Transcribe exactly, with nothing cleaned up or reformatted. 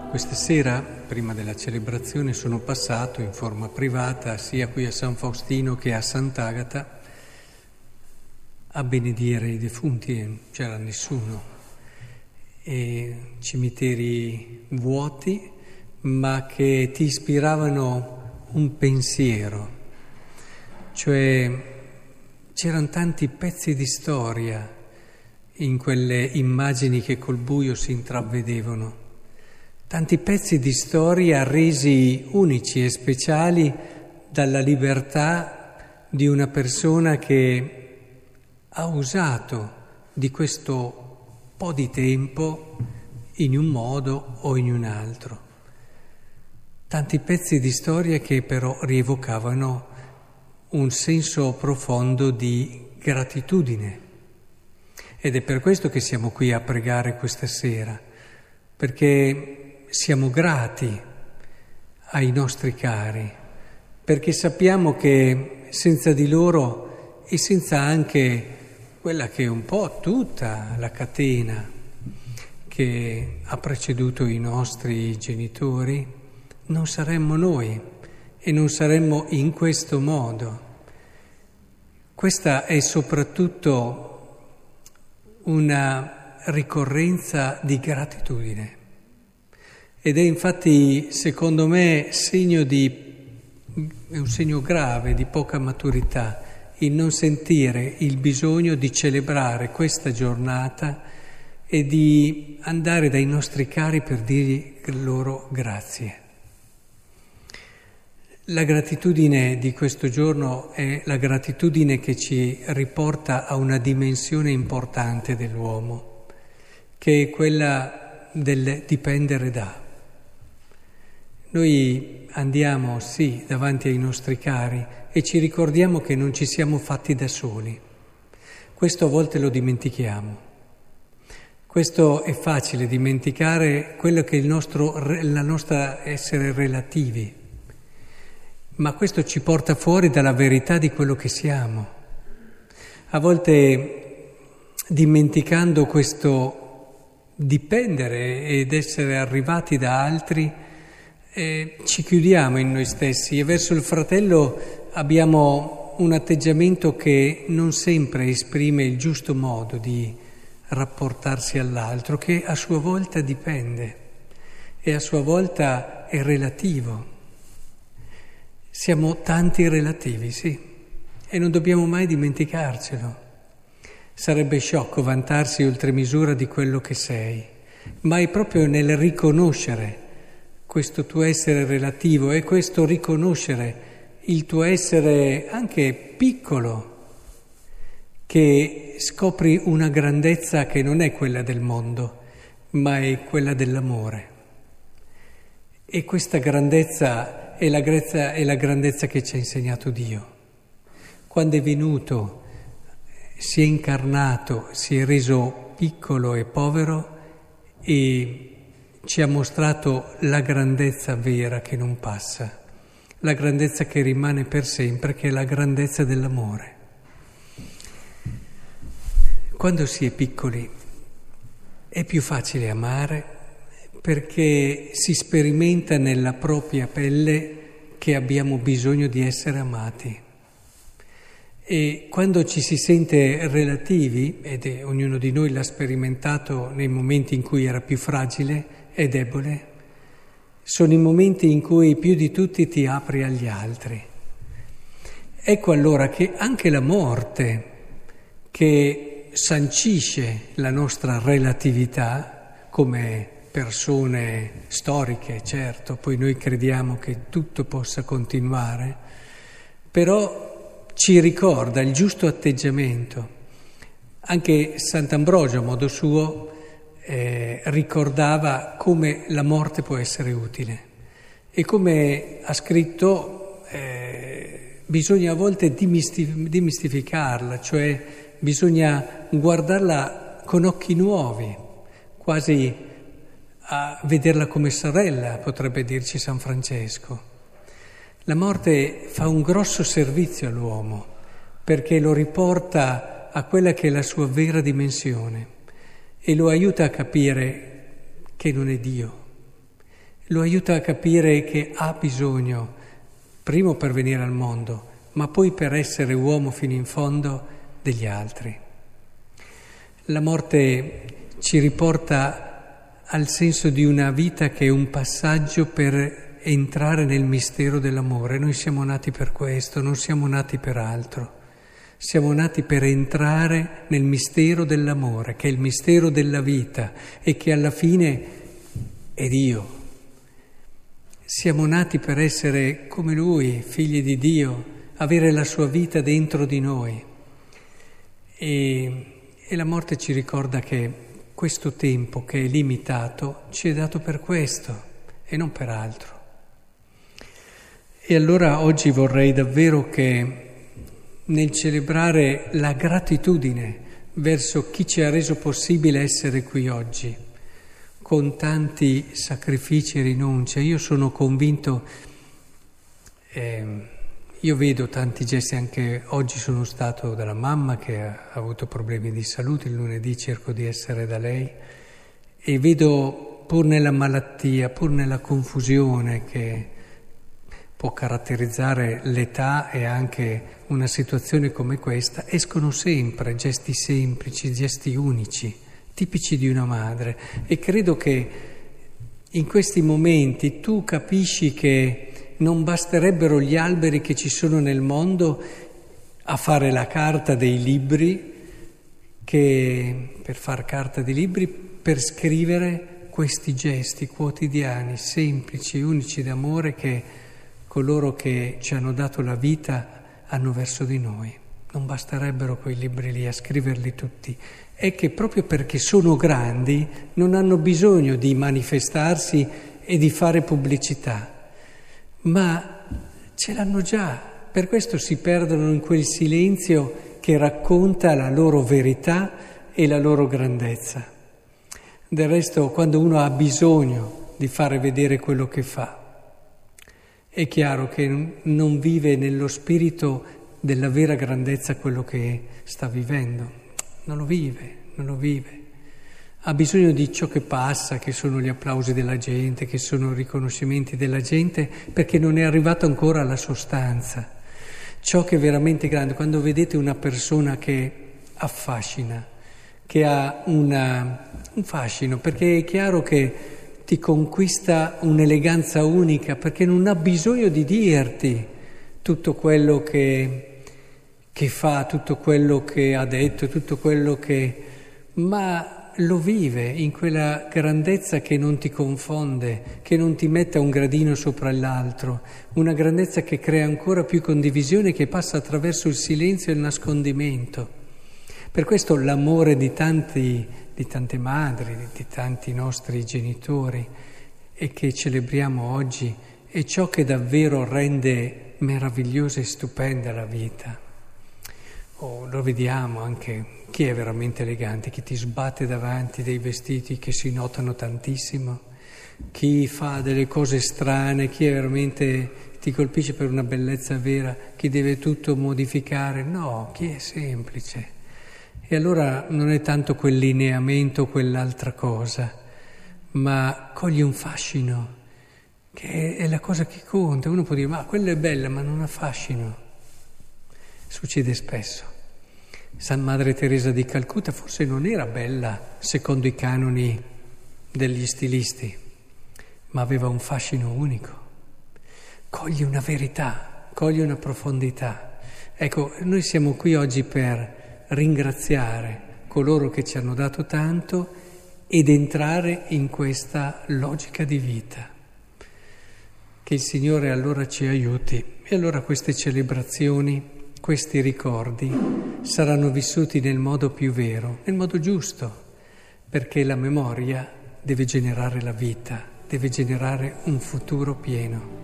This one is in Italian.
Questa sera, prima della celebrazione, sono passato in forma privata sia qui a San Faustino che a Sant'Agata a benedire i defunti, e non c'era nessuno, e cimiteri vuoti, ma che ti ispiravano un pensiero, cioè c'erano tanti pezzi di storia in quelle immagini che col buio si intravedevano. Tanti pezzi di storia resi unici e speciali dalla libertà di una persona che ha usato di questo po' di tempo in un modo o in un altro. Tanti pezzi di storia che però rievocavano un senso profondo di gratitudine. Ed è per questo che siamo qui a pregare questa sera, perché siamo grati ai nostri cari, perché sappiamo che senza di loro e senza anche quella che è un po' tutta la catena che ha preceduto i nostri genitori, non saremmo noi e non saremmo in questo modo. Questa è soprattutto una ricorrenza di gratitudine. Ed è infatti, secondo me, segno di, è un segno grave di poca maturità il non sentire il bisogno di celebrare questa giornata e di andare dai nostri cari per dirgli loro grazie. La gratitudine di questo giorno è la gratitudine che ci riporta a una dimensione importante dell'uomo, che è quella del dipendere da. Noi andiamo, sì, davanti ai nostri cari e ci ricordiamo che non ci siamo fatti da soli. Questo a volte lo dimentichiamo. Questo è facile dimenticare quello che è il nostro, la nostra essere relativi, ma questo ci porta fuori dalla verità di quello che siamo. A volte, dimenticando questo dipendere ed essere arrivati da altri, Eh, ci chiudiamo in noi stessi e verso il fratello abbiamo un atteggiamento che non sempre esprime il giusto modo di rapportarsi all'altro, che a sua volta dipende e a sua volta è relativo. Siamo tanti relativi, sì, e non dobbiamo mai dimenticarcelo. Sarebbe sciocco vantarsi oltre misura di quello che sei, ma è proprio nel riconoscere questo tuo essere relativo e questo riconoscere il tuo essere anche piccolo, che scopri una grandezza che non è quella del mondo, ma è quella dell'amore. E questa grandezza è la, grezza, è la grandezza che ci ha insegnato Dio. Quando è venuto, si è incarnato, si è reso piccolo e povero e ci ha mostrato la grandezza vera che non passa, la grandezza che rimane per sempre, che è la grandezza dell'amore. Quando si è piccoli è più facile amare perché si sperimenta nella propria pelle che abbiamo bisogno di essere amati. E quando ci si sente relativi, ed è, ognuno di noi l'ha sperimentato nei momenti in cui era più fragile e debole, sono i momenti in cui più di tutti ti apri agli altri. Ecco allora che anche la morte, che sancisce la nostra relatività come persone storiche, certo, poi noi crediamo che tutto possa continuare, però ci ricorda il giusto atteggiamento. Anche Sant'Ambrogio, a modo suo, Eh, ricordava come la morte può essere utile e come ha scritto eh, bisogna a volte dimistif- dimistificarla, cioè bisogna guardarla con occhi nuovi, quasi a vederla come sorella, potrebbe dirci San Francesco. La morte fa un grosso servizio all'uomo perché lo riporta a quella che è la sua vera dimensione e lo aiuta a capire che non è Dio, lo aiuta a capire che ha bisogno, primo per venire al mondo, ma poi per essere uomo fino in fondo, degli altri. La morte ci riporta al senso di una vita che è un passaggio per entrare nel mistero dell'amore. Noi siamo nati per questo, non siamo nati per altro. Siamo nati per entrare nel mistero dell'amore, che è il mistero della vita e che alla fine è Dio. Siamo nati per essere come Lui, figli di Dio, avere la sua vita dentro di noi. E, e la morte ci ricorda che questo tempo che è limitato ci è dato per questo e non per altro. E allora oggi vorrei davvero che nel celebrare la gratitudine verso chi ci ha reso possibile essere qui oggi, con tanti sacrifici e rinunce. Io sono convinto, eh, io vedo tanti gesti, anche oggi sono stato dalla mamma che ha avuto problemi di salute, il lunedì cerco di essere da lei e vedo pur nella malattia, pur nella confusione che può caratterizzare l'età e anche una situazione come questa, escono sempre gesti semplici, gesti unici, tipici di una madre. E credo che in questi momenti tu capisci che non basterebbero gli alberi che ci sono nel mondo a fare la carta dei libri, che per far carta di libri, per scrivere questi gesti quotidiani, semplici, unici d'amore che coloro che ci hanno dato la vita hanno verso di noi. Non basterebbero quei libri lì a scriverli tutti. È che proprio perché sono grandi non hanno bisogno di manifestarsi e di fare pubblicità, ma ce l'hanno già. Per questo si perdono in quel silenzio che racconta la loro verità e la loro grandezza. Del resto, quando uno ha bisogno di fare vedere quello che fa, è chiaro che non vive nello spirito della vera grandezza quello che sta vivendo. Non lo vive, non lo vive. Ha bisogno di ciò che passa, che sono gli applausi della gente, che sono i riconoscimenti della gente, perché non è arrivato ancora alla sostanza. Ciò che è veramente grande, quando vedete una persona che affascina, che ha una, un fascino, perché è chiaro che ti conquista un'eleganza unica, perché non ha bisogno di dirti tutto quello che, che fa, tutto quello che ha detto, tutto quello che... ma lo vive in quella grandezza che non ti confonde, che non ti mette un gradino sopra l'altro, una grandezza che crea ancora più condivisione, che passa attraverso il silenzio e il nascondimento. Per questo l'amore di tanti, di tante madri, di tanti nostri genitori e che celebriamo oggi è ciò che davvero rende meravigliosa e stupenda la vita. Oh, lo vediamo anche chi è veramente elegante, chi ti sbatte davanti dei vestiti che si notano tantissimo, chi fa delle cose strane, chi è veramente ti colpisce per una bellezza vera, chi deve tutto modificare. No, chi è semplice. E allora non è tanto quel lineamento o quell'altra cosa, ma coglie un fascino, che è la cosa che conta. Uno può dire, ma quella è bella, ma non ha fascino. Succede spesso. San Madre Teresa di Calcutta forse non era bella secondo i canoni degli stilisti, ma aveva un fascino unico. Coglie una verità, coglie una profondità. Ecco, noi siamo qui oggi per ringraziare coloro che ci hanno dato tanto ed entrare in questa logica di vita. Che il Signore allora ci aiuti e allora queste celebrazioni, questi ricordi saranno vissuti nel modo più vero, nel modo giusto, perché la memoria deve generare la vita, deve generare un futuro pieno.